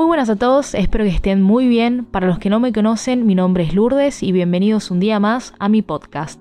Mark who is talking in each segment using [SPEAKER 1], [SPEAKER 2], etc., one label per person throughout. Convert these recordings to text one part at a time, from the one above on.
[SPEAKER 1] Muy buenas a todos, espero que estén muy bien. Para los que no me conocen, mi nombre es Lourdes y bienvenidos un día más a mi podcast.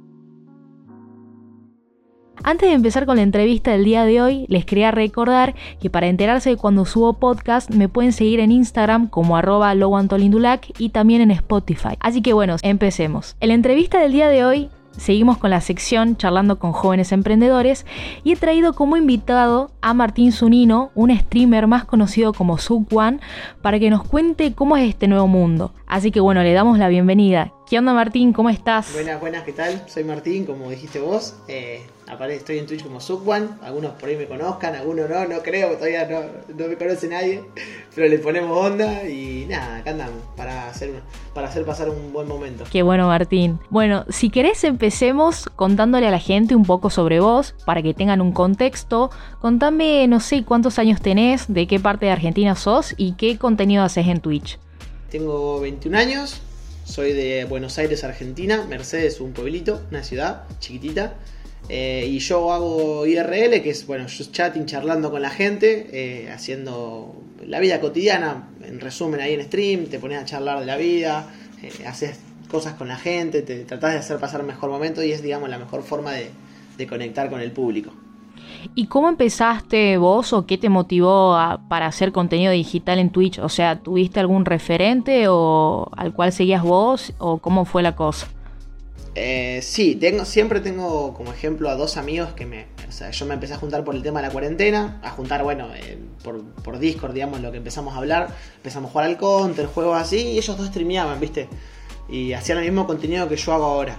[SPEAKER 1] Antes de empezar con la entrevista del día de hoy, les quería recordar que para enterarse de cuando subo podcast me pueden seguir en Instagram como @loguantolindulac y también en Spotify. Así que bueno, empecemos. En la entrevista del día de hoy seguimos con la sección charlando con jóvenes emprendedores y he traído como invitado a Martín Zunino, un streamer más conocido como Sub1, para que nos cuente cómo es este nuevo mundo. Así que bueno, le damos la bienvenida. ¿Qué onda, Martín? ¿Cómo estás?
[SPEAKER 2] Buenas, ¿qué tal? Soy Martín, como dijiste vos. Estoy en Twitch como Sub1. Algunos por ahí me conozcan, algunos no creo, todavía no me conoce nadie. Pero le ponemos onda y nada, acá andamos para hacer pasar un buen momento.
[SPEAKER 1] Qué bueno, Martín. Bueno, si querés empecemos contándole a la gente un poco sobre vos, para que tengan un contexto. Contame, no sé, cuántos años tenés, de qué parte de Argentina sos y qué contenido haces en Twitch.
[SPEAKER 2] Tengo 21 años, soy de Buenos Aires, Argentina. Mercedes, un pueblito, una ciudad chiquitita. Y yo hago IRL, que es, yo chatting, charlando con la gente, haciendo la vida cotidiana, en resumen ahí en stream, te pones a charlar de la vida, haces cosas con la gente, te tratás de hacer pasar un mejor momento y es, digamos, la mejor forma de conectar con el público.
[SPEAKER 1] ¿Y cómo empezaste vos o qué te motivó para hacer contenido digital en Twitch? O sea, ¿tuviste algún referente o al cual seguías vos o cómo fue la cosa?
[SPEAKER 2] Sí, siempre tengo como ejemplo a dos amigos yo me empecé a juntar por el tema de la cuarentena, por Discord, digamos, lo que empezamos a hablar, empezamos a jugar al Counter, juegos así, y ellos dos streameaban, ¿viste? Y hacían el mismo contenido que yo hago ahora.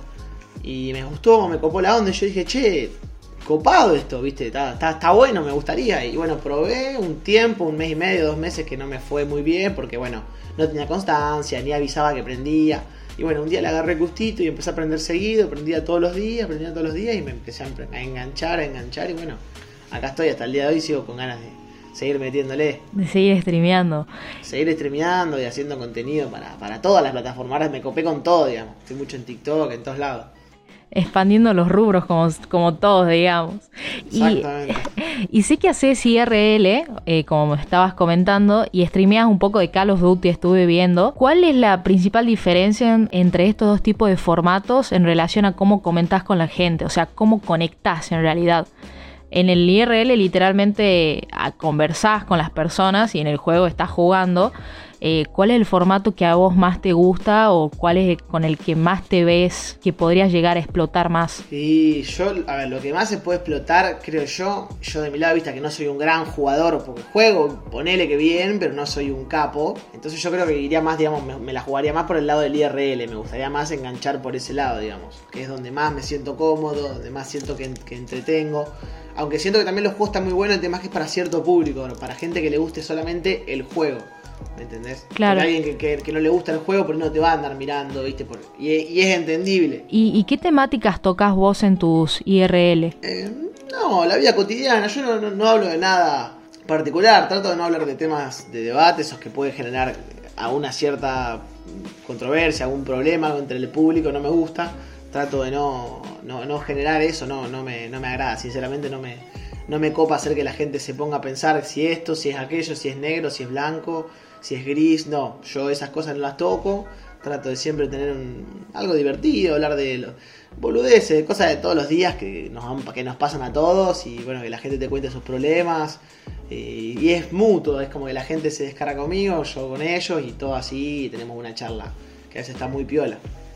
[SPEAKER 2] Y me gustó, me copó la onda, y yo dije, che, copado esto, ¿viste? Está bueno, me gustaría. Y bueno, probé un tiempo, un mes y medio, 2 meses, que no me fue muy bien, porque no tenía constancia, ni avisaba que prendía. Y bueno, un día le agarré gustito y empecé a aprender seguido, aprendía todos los días y me empecé a enganchar y bueno, acá estoy hasta el día de hoy, sigo con ganas de seguir metiéndole.
[SPEAKER 1] De seguir streameando.
[SPEAKER 2] Seguir streameando y haciendo contenido para todas las plataformas. Ahora me copé con todo, digamos. Estoy mucho en TikTok, en todos lados.
[SPEAKER 1] Expandiendo los rubros como todos, digamos.
[SPEAKER 2] Exactamente.
[SPEAKER 1] Y sé que haces IRL, como me estabas comentando, y streameas un poco de Call of Duty, estuve viendo. ¿Cuál es la principal diferencia entre estos dos tipos de formatos en relación a cómo comentás con la gente? O sea, cómo conectás en realidad. En el IRL literalmente conversás con las personas y en el juego estás jugando. ¿Cuál es el formato que a vos más te gusta o cuál es con el que más te ves que podrías llegar a explotar más?
[SPEAKER 2] Y lo que más se puede explotar, creo yo de mi lado, vista que no soy un gran jugador, porque juego, ponele que bien, pero no soy un capo. Entonces yo creo que iría más, digamos, me la jugaría más por el lado del IRL, me gustaría más enganchar por ese lado, digamos, que es donde más me siento cómodo, donde más siento que entretengo. Aunque siento que también los juegos están muy buenos, el tema es que es para cierto público, para gente que le guste solamente el juego. ¿Me entendés?
[SPEAKER 1] Claro.
[SPEAKER 2] Porque alguien que no le gusta el juego, pero no te va a andar mirando, ¿viste? Y es entendible.
[SPEAKER 1] ¿Y qué temáticas tocas vos en tus IRL?
[SPEAKER 2] No, la vida cotidiana. Yo no hablo de nada particular. Trato de no hablar de temas de debate, esos que pueden generar alguna cierta controversia, algún problema, algo entre el público. No me gusta. Trato de no generar eso. No me agrada. Sinceramente no me copa hacer que la gente se ponga a pensar si esto, si es aquello, si es negro, si es blanco, si es gris. No, yo esas cosas no las toco. Trato de siempre tener algo divertido, hablar de boludeces, de cosas de todos los días que nos pasan a todos y bueno, que la gente te cuente sus problemas. Y es mutuo, es como que la gente se descarga conmigo, yo con ellos y todo así, y tenemos una charla que a veces está muy piola.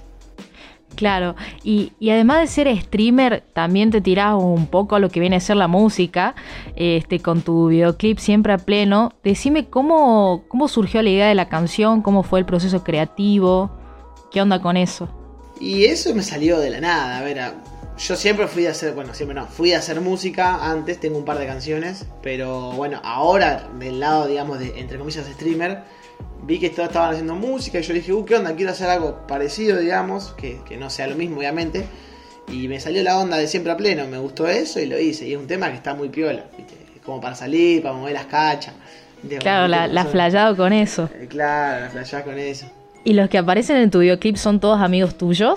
[SPEAKER 1] Claro, y además de ser streamer, también te tirás un poco a lo que viene a ser la música, con tu videoclip siempre a pleno. Decime cómo surgió la idea de la canción, cómo fue el proceso creativo, qué onda con eso.
[SPEAKER 2] Y eso me salió de la nada, a ver, yo siempre fui a hacer música antes, tengo un par de canciones, pero bueno, ahora del lado, digamos, de entre comillas streamer, vi que todos estaban haciendo música y yo dije, ¿qué onda? Quiero hacer algo parecido, digamos, que no sea lo mismo, obviamente. Y me salió la onda de siempre a pleno, me gustó eso y lo hice. Y es un tema que está muy piola, ¿viste? Como para salir, para mover las cachas.
[SPEAKER 1] Claro, la flayado con eso.
[SPEAKER 2] Claro, la flayada con eso.
[SPEAKER 1] ¿Y los que aparecen en tu videoclip son todos amigos tuyos?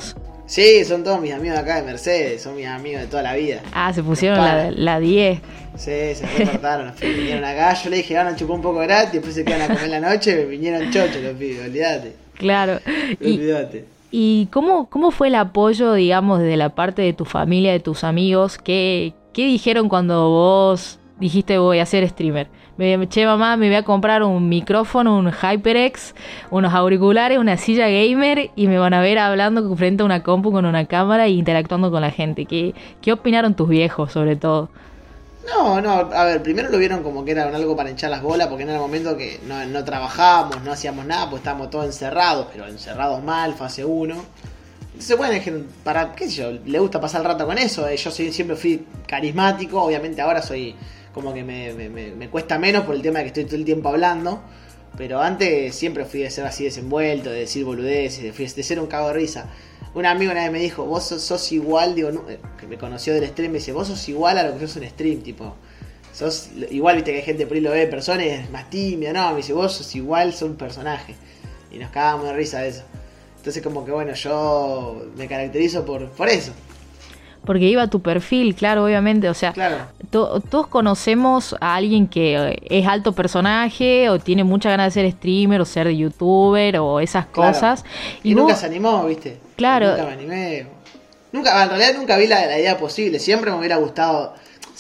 [SPEAKER 2] Sí, son todos mis amigos de acá de Mercedes, son mis amigos de toda la vida.
[SPEAKER 1] Ah, se pusieron la 10.
[SPEAKER 2] Sí, se recortaron, los pibes vinieron acá, yo le dije, van a chupar un poco gratis, después se quedan a comer la noche, vinieron chochos los pibes, olvídate.
[SPEAKER 1] Claro.
[SPEAKER 2] Olvídate.
[SPEAKER 1] ¿Y cómo fue el apoyo, digamos, de la parte de tu familia, de tus amigos? ¿Qué dijeron cuando vos dijiste voy a ser streamer? Che, mamá, me voy a comprar un micrófono, un HyperX, unos auriculares, una silla gamer y me van a ver hablando frente a una compu con una cámara e interactuando con la gente. ¿Qué opinaron tus viejos, sobre todo?
[SPEAKER 2] No, a ver, primero lo vieron como que era algo para hinchar las bolas, porque en el momento que no trabajábamos, no hacíamos nada, pues estábamos todos encerrados, pero encerrados mal, fase 1. Entonces, bueno, para, qué sé yo, le gusta pasar el rato con eso. Yo siempre fui carismático, obviamente ahora soy como que me cuesta menos por el tema de que estoy todo el tiempo hablando, pero antes siempre fui de ser así desenvuelto, de decir boludeces, de ser un cago de risa. Un amigo una vez me dijo, vos sos igual, digo, que me conoció del stream, me dice, vos sos igual a lo que sos en stream, tipo, sos igual, viste que hay gente por ahí lo ve, personas y es más tímida, no, me dice, vos sos igual, sos un personaje. Y nos cagábamos de risa de eso. Entonces como que bueno, yo me caracterizo por eso.
[SPEAKER 1] Porque iba a tu perfil, claro, obviamente, o sea,
[SPEAKER 2] claro.
[SPEAKER 1] Todos conocemos a alguien que es alto personaje o tiene muchas ganas de ser streamer o ser youtuber o esas cosas.
[SPEAKER 2] Y nunca se animó, ¿viste?
[SPEAKER 1] Claro.
[SPEAKER 2] Nunca me animé. En realidad nunca vi la idea posible. Siempre me hubiera gustado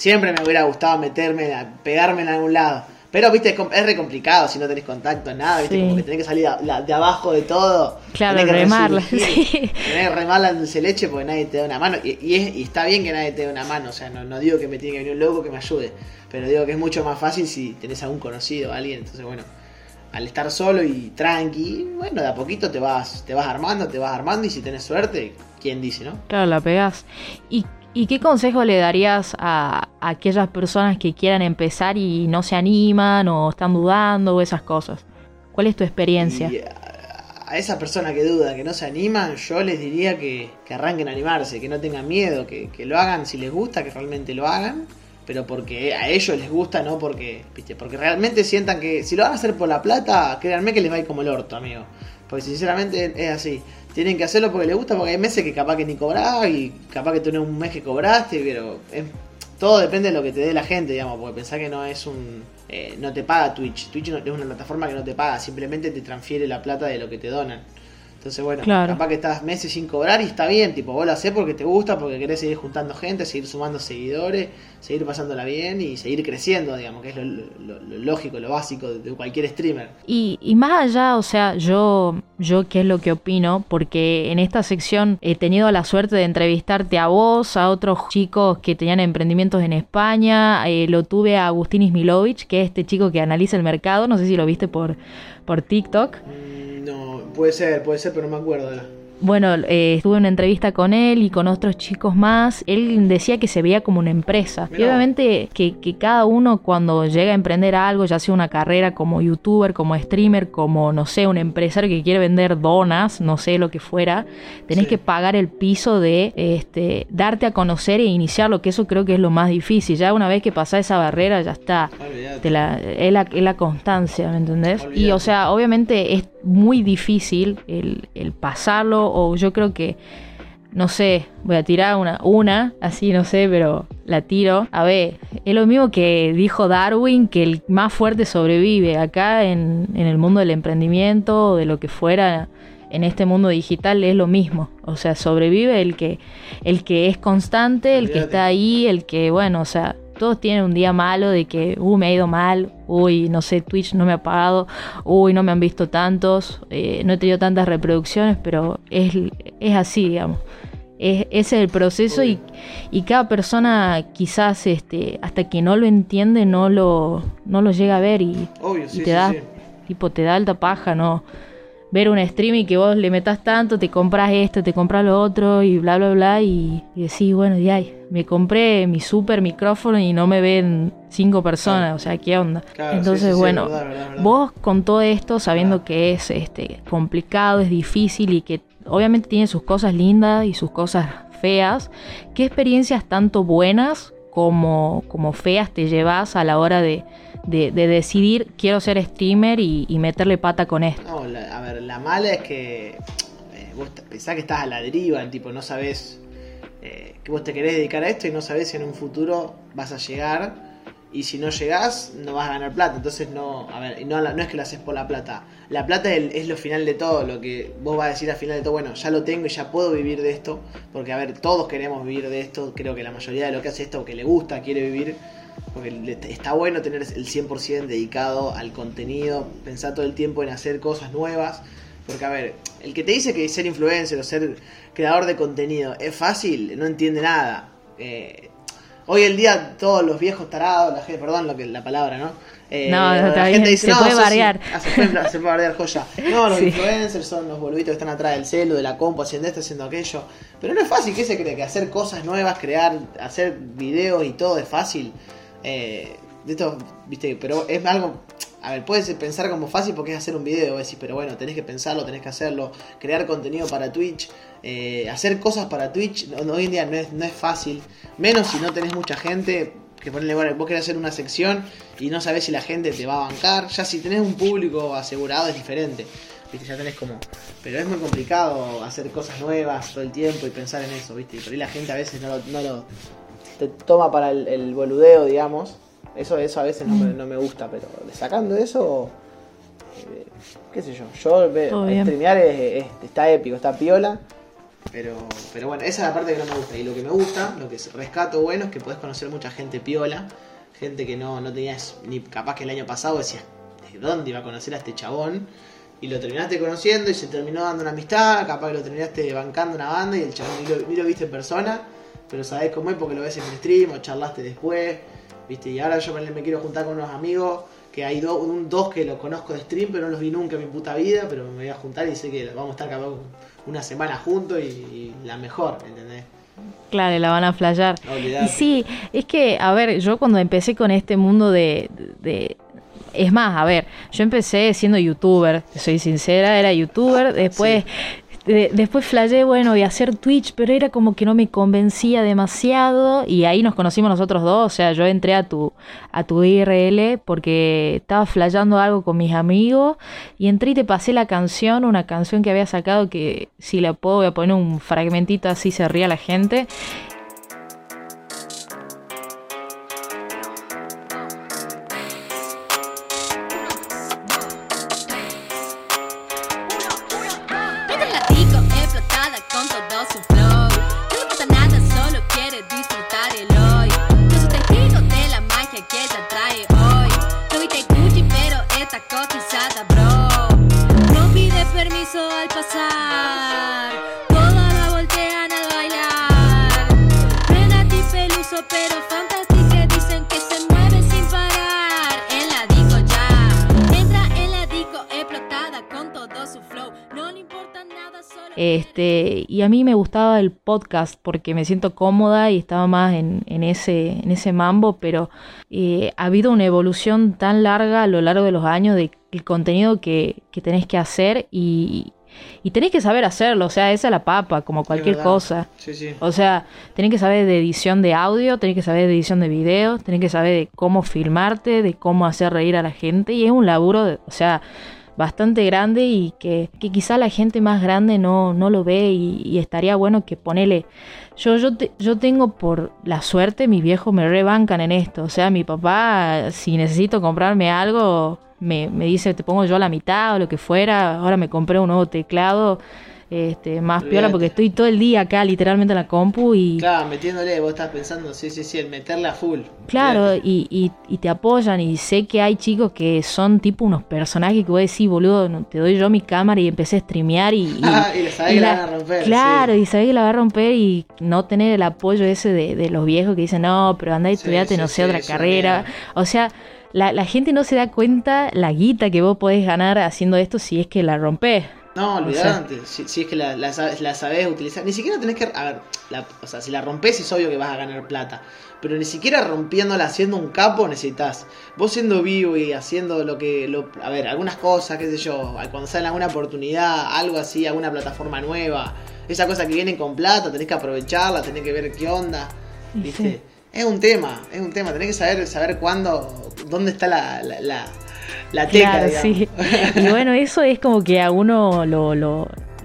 [SPEAKER 2] meterme, pegarme en algún lado. Pero, viste, es re complicado si no tenés contacto, nada, viste, como que tenés que salir de abajo de todo.
[SPEAKER 1] Claro, remarla. Sí.
[SPEAKER 2] Tenés que remarla en dulce leche porque nadie te da una mano. Y está bien que nadie te dé una mano, o sea, no digo que me tiene que venir un loco que me ayude. Pero digo que es mucho más fácil si tenés a un conocido, a alguien. Entonces, bueno, al estar solo y tranqui, bueno, de a poquito te vas armando y si tenés suerte, ¿quién dice, no?
[SPEAKER 1] Claro, la pegás. ¿Y qué consejo le darías a aquellas personas que quieran empezar y no se animan o están dudando o esas cosas? ¿Cuál es tu experiencia?
[SPEAKER 2] Y a esas personas que dudan, que no se animan, yo les diría que arranquen a animarse, que no tengan miedo, que lo hagan si les gusta, que realmente lo hagan, pero porque a ellos les gusta, no porque, ¿viste? Porque realmente sientan que si lo van a hacer por la plata, créanme que les va a ir como el orto, amigo. Porque sinceramente es así. Tienen que hacerlo porque les gusta, porque hay meses que capaz que ni cobrás y capaz que tenés un mes que cobraste, pero todo depende de lo que te dé la gente, digamos, porque pensá que no es no te paga Twitch. Twitch no, es una plataforma que no te paga, simplemente te transfiere la plata de lo que te donan. Entonces, bueno,
[SPEAKER 1] claro.
[SPEAKER 2] Capaz que estás meses sin cobrar y está bien, tipo, vos lo hacés porque te gusta, porque querés seguir juntando gente, seguir sumando seguidores, seguir pasándola bien y seguir creciendo, digamos, que es lo lógico, lo básico de cualquier streamer.
[SPEAKER 1] Y más allá, o sea, yo qué es lo que opino, porque en esta sección he tenido la suerte de entrevistarte a vos, a otros chicos que tenían emprendimientos en España, lo tuve a Agustín Ismilovich, que es este chico que analiza el mercado, no sé si lo viste por TikTok.
[SPEAKER 2] No, puede ser, pero no me acuerdo.
[SPEAKER 1] Bueno, estuve en una entrevista con él y con otros chicos más. Él decía que se veía como una empresa. Mirá. Y obviamente que cada uno cuando llega a emprender algo, ya sea una carrera como youtuber, como streamer, como, no sé, un empresario que quiere vender donas, no sé, lo que fuera, tenés que pagar el piso de darte a conocer e iniciarlo, que eso creo que es lo más difícil. Ya una vez que pasás esa barrera, ya está. Es la constancia, ¿me entendés? Olvidate. Y, o sea, obviamente es muy difícil el pasarlo, o yo creo que, no sé, voy a tirar una así, no sé, pero la tiro. A ver, es lo mismo que dijo Darwin, que el más fuerte sobrevive. Acá en el mundo del emprendimiento, de lo que fuera, en este mundo digital es lo mismo. O sea, sobrevive el que es constante, el que está ahí, el que, bueno, o sea, todos tienen un día malo de que, me ha ido mal, no sé, Twitch no me ha pagado, no me han visto tantos, no he tenido tantas reproducciones, pero es así, digamos. Ese es el proceso y cada persona quizás hasta que no lo entiende no lo llega a ver y te da tipo te da alta paja, ¿no? Ver un stream y que vos le metas tanto, te compras esto, te compras lo otro y bla bla bla y decís, bueno, me compré mi super micrófono y no me ven 5 personas, o sea, ¿qué onda? Claro, entonces, bueno, verdad. Vos con todo esto, sabiendo que es complicado, es difícil y que obviamente tiene sus cosas lindas y sus cosas feas, ¿qué experiencias tanto buenas como feas te llevas a la hora de decidir quiero ser streamer y meterle pata con esto?
[SPEAKER 2] No, a ver, la mala es que vos pensás que estás a la deriva, tipo, no sabés que vos te querés dedicar a esto y no sabés si en un futuro vas a llegar. Y si no llegás, no vas a ganar plata. Entonces no es que lo haces por la plata. La plata es lo final de todo. Lo que vos vas a decir al final de todo, bueno, ya lo tengo y ya puedo vivir de esto. Porque, a ver, todos queremos vivir de esto. Creo que la mayoría de lo que hace esto, que le gusta, quiere vivir. Porque está bueno tener el 100% dedicado al contenido. Pensar todo el tiempo en hacer cosas nuevas. Porque, a ver, el que te dice que ser influencer o ser creador de contenido es fácil, no entiende nada. Hoy en día todos los viejos tarados, la gente, perdón la palabra, ¿no?
[SPEAKER 1] La gente dice, se puede variar.
[SPEAKER 2] Se puede variar, joya. No, los influencers son los boluditos que están atrás del celu, de la compu, haciendo esto, haciendo aquello. Pero no es fácil, ¿qué se cree? Que hacer cosas nuevas, hacer videos y todo es fácil. De esto, viste, pero es algo... A ver, puedes pensar como fácil porque es hacer un video, decís, pero bueno, tenés que pensarlo, tenés que hacerlo, crear contenido para Twitch, hacer cosas para Twitch, hoy en día no es fácil, menos si no tenés mucha gente, que ponerle, bueno, vos querés hacer una sección y no sabés si la gente te va a bancar, ya si tenés un público asegurado es diferente, viste, ya tenés como, pero es muy complicado hacer cosas nuevas todo el tiempo y pensar en eso, viste, y por ahí la gente a veces no lo te toma para el boludeo, digamos. Eso a veces no me gusta, pero sacando eso, qué sé yo, streamear está épico, está piola, pero bueno, esa es la parte que no me gusta. Y lo que me gusta, lo que rescato bueno, es que podés conocer mucha gente piola, gente que no tenías, ni capaz que el año pasado decías, ¿de dónde iba a conocer a este chabón? Y lo terminaste conociendo y se terminó dando una amistad, capaz que lo terminaste bancando una banda y el chabón ni lo viste en persona, pero sabés cómo es porque lo ves en el stream o charlaste después. ¿Viste? Y ahora yo me quiero juntar con unos amigos, que hay dos que los conozco de stream, pero no los vi nunca en mi puta vida, pero me voy a juntar y sé que vamos a estar capaz una semana juntos y la mejor, ¿entendés?
[SPEAKER 1] Claro, la van a flashear.
[SPEAKER 2] No,
[SPEAKER 1] y sí, es que, a ver, yo cuando empecé con este mundo es más, a ver, yo empecé siendo youtuber, soy sincera, era youtuber, después... Sí. Después flasheé, bueno, y hacer Twitch, pero era como que no me convencía demasiado y ahí nos conocimos nosotros dos, o sea, yo entré a tu IRL porque estaba flasheando algo con mis amigos y entré y te pasé una canción que había sacado que si la puedo voy a poner un fragmentito así se ría la gente. Y a mí me gustaba el podcast porque me siento cómoda y estaba más en ese mambo, pero ha habido una evolución tan larga a lo largo de los años del contenido que tenés que hacer y tenés que saber hacerlo, o sea, esa es la papa, como cualquier cosa.
[SPEAKER 2] Sí.
[SPEAKER 1] O sea, tenés que saber de edición de audio, tenés que saber de edición de video, tenés que saber de cómo filmarte, de cómo hacer reír a la gente y es un laburo, o sea... bastante grande y que quizá la gente más grande no lo ve y estaría bueno que ponele... Yo tengo por la suerte, mis viejos me rebancan en esto, o sea, mi papá, si necesito comprarme algo, me dice, te pongo yo la mitad o lo que fuera, ahora me compré un nuevo teclado... más piola porque estoy todo el día acá literalmente en la compu y...
[SPEAKER 2] Claro, metiéndole, vos estás pensando, sí, el meterla full.
[SPEAKER 1] Claro, y te apoyan y sé que hay chicos que son tipo unos personajes que vos decís, boludo, te doy yo mi cámara y empecé a streamear y
[SPEAKER 2] y sabés que la van a romper.
[SPEAKER 1] Claro,
[SPEAKER 2] sí.
[SPEAKER 1] Y sabés que la va a romper y no tener el apoyo ese de los viejos que dicen, no, pero andá y estudiate, no sé, otra carrera. O sea... La gente no se da cuenta la guita que vos podés ganar haciendo esto si es que la rompés.
[SPEAKER 2] No, olvidate, si es que la sabés utilizar. Ni siquiera tenés que... A ver, o sea, si la rompés es obvio que vas a ganar plata. Pero ni siquiera rompiéndola, haciendo un capo necesitas. Vos siendo vivo y haciendo a ver, algunas cosas, qué sé yo, cuando sale alguna oportunidad, algo así, alguna plataforma nueva. Esa cosa que vienen con plata, tenés que aprovecharla, tenés que ver qué onda. ¿Viste? Sí. Es un tema, tenés que saber cuándo, dónde está la teca,
[SPEAKER 1] claro, digamos. Sí. Y bueno, eso es como que a uno lo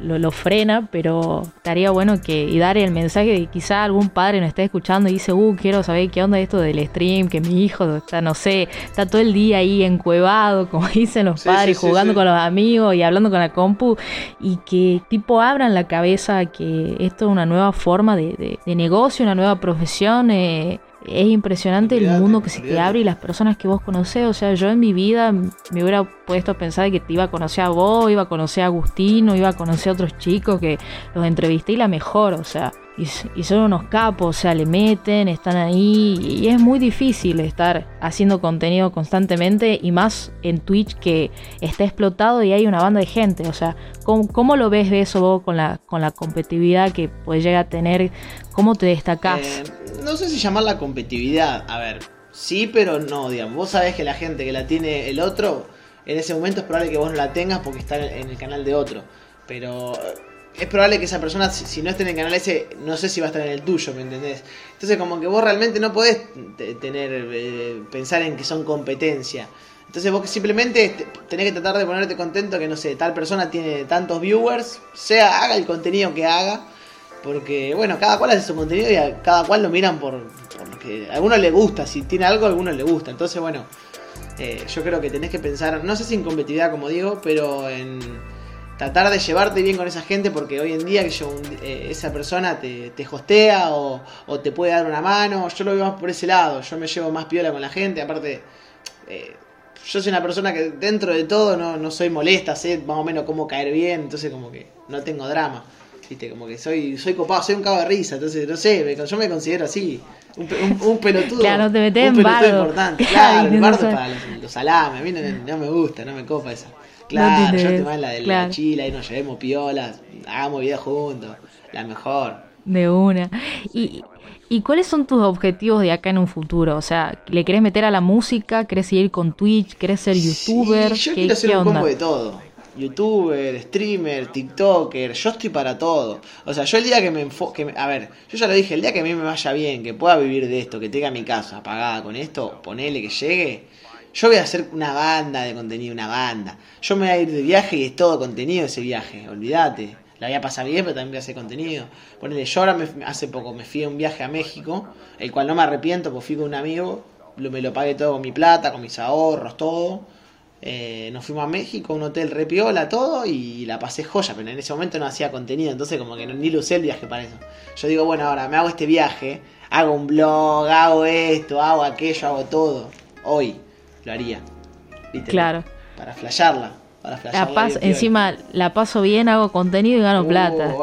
[SPEAKER 1] lo frena, pero estaría bueno y dar el mensaje de quizá algún padre nos esté escuchando y dice, quiero saber qué onda esto del stream, que mi hijo está, no sé, está todo el día ahí encuevado, como dicen los padres, jugando con los amigos y hablando con la compu, y que tipo abran la cabeza que esto es una nueva forma de negocio, una nueva profesión. Es impresionante el mundo que se te abre y las personas que vos conocés. O sea, yo en mi vida me hubiera puesto a pensar que te iba a conocer a vos, iba a conocer a Agustino, iba a conocer a otros chicos que los entrevisté y la mejor, o sea, y son unos capos, o sea, le meten, están ahí, y es muy difícil estar haciendo contenido constantemente, y más en Twitch que está explotado y hay una banda de gente. O sea, ¿cómo lo ves de eso vos con la competitividad que pues llega a tener? ¿Cómo te destacás?
[SPEAKER 2] No sé si llamarla competitividad, a ver, sí, pero no, digamos, vos sabés que la gente que la tiene el otro, en ese momento es probable que vos no la tengas porque está en el canal de otro, pero es probable que esa persona, si no está en el canal ese, no sé si va a estar en el tuyo, ¿me entendés? Entonces como que vos realmente no podés pensar en que son competencia. Entonces vos simplemente tenés que tratar de ponerte contento que, no sé, tal persona tiene tantos viewers, haga el contenido que haga, porque bueno, cada cual hace su contenido y a cada cual lo miran por lo que a alguno le gusta. Si tiene algo, a alguno le gusta. Entonces bueno, yo creo que tenés que pensar, no sé si en competitividad como digo, pero en tratar de llevarte bien con esa gente, porque hoy en día que esa persona te hostea o te puede dar una mano. Yo lo veo más por ese lado, yo me llevo más piola con la gente. Aparte, yo soy una persona que dentro de todo no soy molesta, sé más o menos cómo caer bien, entonces como que no tengo drama. ¿Viste? Como que soy copado, soy un cago de risa, entonces no sé, yo me considero así, un pelotudo.
[SPEAKER 1] Claro, no te metés
[SPEAKER 2] un
[SPEAKER 1] en
[SPEAKER 2] pelotudo
[SPEAKER 1] bardo.
[SPEAKER 2] Importante, claro, el bardo para los salames, a mí no me gusta, no me copa esa. Claro, yo te mando la de la chila y nos llevemos piolas, hagamos videos juntos, la mejor.
[SPEAKER 1] De una. ¿Y cuáles son tus objetivos de acá en un futuro? O sea, ¿le querés meter a la música? ¿Querés seguir con Twitch? ¿Querés ser youtuber?
[SPEAKER 2] Yo quiero hacer un combo de todo. Youtuber, streamer, tiktoker, yo estoy para todo. O sea, yo el día que me enfoque, a ver, yo ya lo dije, el día que a mí me vaya bien, que pueda vivir de esto, que tenga mi casa pagada con esto, ponele que llegue, yo voy a hacer una banda de contenido, una banda. Yo me voy a ir de viaje y es todo contenido ese viaje, olvídate. La voy a pasar bien, pero también voy a hacer contenido. Ponele, yo ahora hace poco me fui a un viaje a México, el cual no me arrepiento, porque fui con un amigo, me lo pagué todo con mi plata, con mis ahorros, todo. Nos fuimos a México, un hotel re piola, todo, y la pasé joya, pero en ese momento no hacía contenido, entonces como que ni lo usé el viaje para eso. Yo digo, bueno, ahora me hago este viaje, hago un blog, hago esto, hago aquello, hago todo. Hoy lo haría, ¿viste?
[SPEAKER 1] Claro.
[SPEAKER 2] Para flashearla.
[SPEAKER 1] Encima la paso bien, hago contenido y gano plata.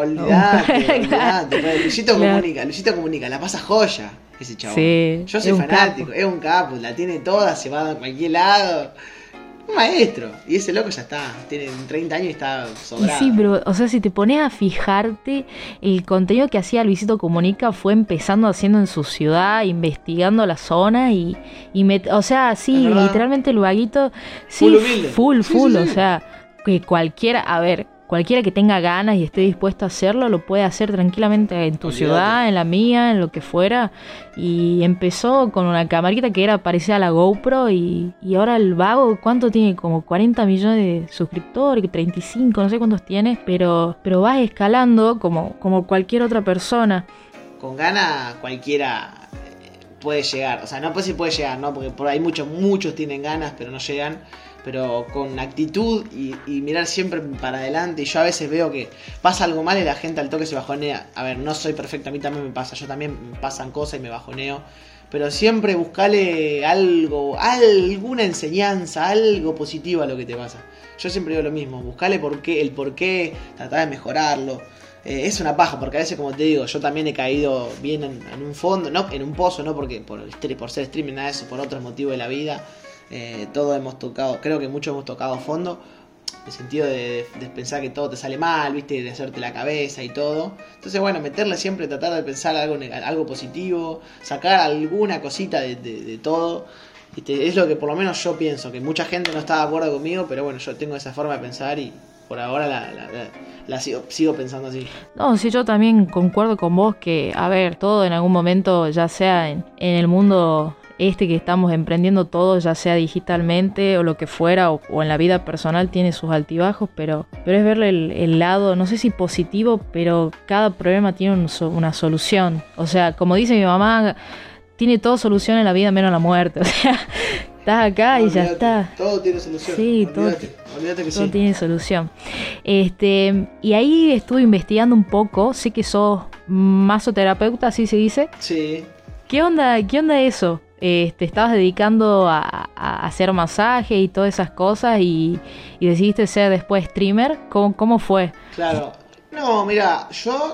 [SPEAKER 2] Olvidate. Luisito Comunica, la pasa joya ese chabón.
[SPEAKER 1] Sí,
[SPEAKER 2] yo soy fanático, es un capo, la tiene toda, se va a cualquier lado. Un maestro. Y ese loco ya está, tiene 30 años y está sobrado.
[SPEAKER 1] Y sí, pero, o sea, si te pones a fijarte, el contenido que hacía Luisito Comunica fue empezando haciendo en su ciudad, investigando la zona o sea, sí, literalmente el vaguito, sí, full, sí. O sea, que cualquiera que tenga ganas y esté dispuesto a hacerlo, lo puede hacer tranquilamente en tu ciudad, en la mía, en lo que fuera. Y empezó con una camarita que era parecida a la GoPro y ahora el vago, ¿cuánto tiene? Como 40 millones de suscriptores, 35, no sé cuántos tiene, pero vas escalando como cualquier otra persona.
[SPEAKER 2] Con ganas cualquiera puede llegar, o sea, no pues si puede llegar, ¿no? Porque por ahí muchos tienen ganas, pero no llegan. Pero con actitud y mirar siempre para adelante. Y yo a veces veo que pasa algo mal y la gente al toque se bajonea. A ver, no soy perfecto, a mí también me pasa. Yo también me pasan cosas y me bajoneo. Pero siempre buscale algo, alguna enseñanza, algo positivo a lo que te pasa. Yo siempre digo lo mismo, buscale el por qué, tratar de mejorarlo. Es una paja, porque a veces, como te digo, yo también he caído bien en un fondo, no en un pozo, no porque por ser streaming, nada de eso, por otros motivos de la vida. Todos hemos tocado, creo que muchos hemos tocado fondo, en el sentido de pensar que todo te sale mal, viste, de hacerte la cabeza y todo. Entonces bueno, meterle siempre, tratar de pensar algo positivo, sacar alguna cosita de todo, ¿viste? Es lo que por lo menos yo pienso, que mucha gente no está de acuerdo conmigo, pero bueno, yo tengo esa forma de pensar y por ahora la sigo pensando así.
[SPEAKER 1] No, sí, yo también concuerdo con vos que, a ver, todo en algún momento, ya sea en el mundo que estamos emprendiendo todo, ya sea digitalmente o lo que fuera, o en la vida personal, tiene sus altibajos, pero es verle el lado, no sé si positivo, pero cada problema tiene una solución. O sea, como dice mi mamá, tiene todo solución en la vida menos la muerte. O sea, estás acá y ya está.
[SPEAKER 2] Todo tiene solución.
[SPEAKER 1] Sí,
[SPEAKER 2] olvídate que
[SPEAKER 1] todo
[SPEAKER 2] sí.
[SPEAKER 1] tiene solución. Y ahí estuve investigando un poco. Sé que sos masoterapeuta, así se dice.
[SPEAKER 2] Sí.
[SPEAKER 1] ¿Qué onda eso? Te estabas dedicando a hacer masaje y todas esas cosas y decidiste ser después streamer. ¿Cómo fue?
[SPEAKER 2] Claro. No, mira, yo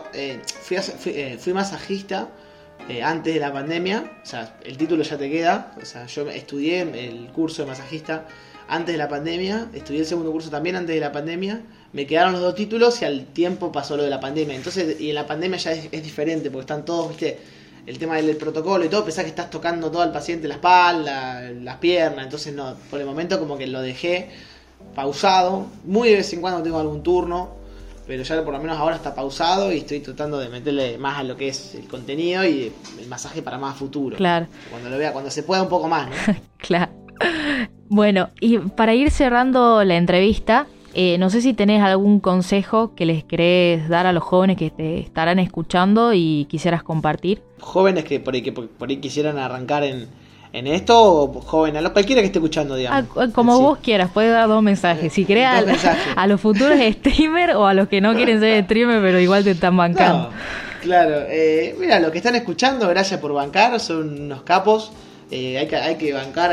[SPEAKER 2] fui masajista antes de la pandemia. O sea, el título ya te queda. O sea, yo estudié el curso de masajista antes de la pandemia. Estudié el segundo curso también antes de la pandemia. Me quedaron los 2 títulos y al tiempo pasó lo de la pandemia. Entonces, y en la pandemia ya es diferente porque están todos, viste, el tema del protocolo y todo, pensás que estás tocando todo al paciente, la espalda, las piernas, entonces no, por el momento como que lo dejé pausado, muy de vez en cuando tengo algún turno, pero ya por lo menos ahora está pausado y estoy tratando de meterle más a lo que es el contenido y el masaje para más futuro.
[SPEAKER 1] Claro.
[SPEAKER 2] Cuando lo vea, cuando se pueda un poco más, ¿no?
[SPEAKER 1] Claro. Bueno, y para ir cerrando la entrevista, no sé si tenés algún consejo que les querés dar a los jóvenes que te estarán escuchando y quisieras compartir.
[SPEAKER 2] Jóvenes que por ahí quisieran arrancar en esto, o jóvenes, a cualquiera que esté escuchando, digamos.
[SPEAKER 1] Como
[SPEAKER 2] sí.
[SPEAKER 1] Vos quieras, puedes dar 2 mensajes. Si querés a los futuros streamers o a los que no quieren ser streamers, pero igual te están bancando.
[SPEAKER 2] No, claro, mira, los que están escuchando, gracias por bancar, son unos capos. Hay que bancar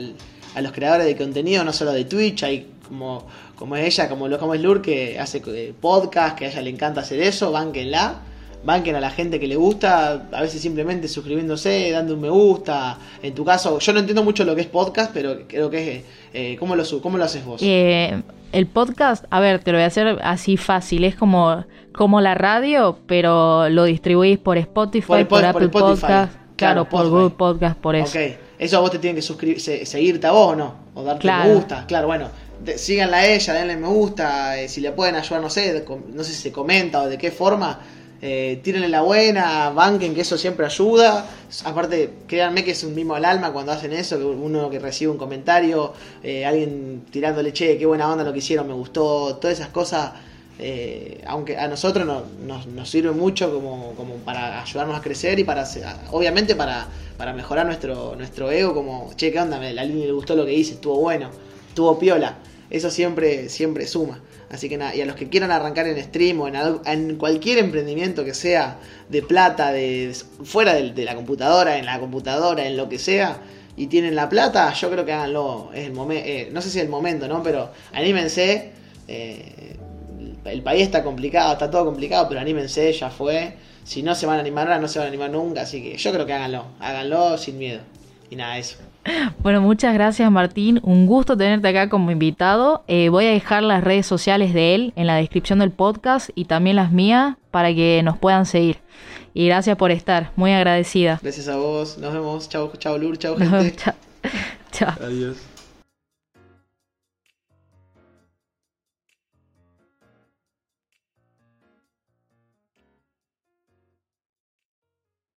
[SPEAKER 2] a los creadores de contenido, no solo de Twitch, hay como es ella, como es Lur, que hace podcast, que a ella le encanta hacer eso, bánquenla, banquen a la gente que le gusta, a veces simplemente suscribiéndose, dando un me gusta. En tu caso, yo no entiendo mucho lo que es podcast, pero creo que es, ¿cómo lo haces vos?
[SPEAKER 1] El podcast, a ver, te lo voy a hacer así fácil, es como la radio, pero lo distribuís por Spotify, por Apple Podcast, claro, por Google Podcast, por eso.
[SPEAKER 2] Ok, eso a vos te tienen que seguirte a vos, ¿no? O darte me gusta, claro, bueno. Síganla a ella, denle me gusta, si le pueden ayudar, no sé si se comenta o de qué forma, tírenle la buena, banquen, que eso siempre ayuda. Aparte, créanme que es un mimo al alma cuando hacen eso, que uno que recibe un comentario, alguien tirándole, che, qué buena onda lo que hicieron, me gustó, todas esas cosas, aunque a nosotros nos sirve mucho como para ayudarnos a crecer y obviamente para mejorar nuestro ego, como, che, qué onda, a Lini le gustó lo que hice, estuvo bueno, estuvo piola. Eso siempre suma. Así que nada, y a los que quieran arrancar en stream o en cualquier emprendimiento que sea de plata, fuera de la computadora, en la computadora, en lo que sea, y tienen la plata, yo creo que háganlo. Es el momento, no sé si es el momento, ¿no? Pero anímense. El país está complicado, está todo complicado, pero anímense, ya fue. Si no se van a animar ahora, no se van a animar nunca. Así que yo creo que háganlo sin miedo. Y nada, eso.
[SPEAKER 1] Bueno, muchas gracias, Martín, un gusto tenerte acá como invitado. Voy a dejar las redes sociales de él en la descripción del podcast y también las mías para que nos puedan seguir. Y gracias por estar, muy agradecida.
[SPEAKER 2] Gracias a vos, nos vemos, chao Lur, chao gente.
[SPEAKER 1] Chao.
[SPEAKER 2] Adiós.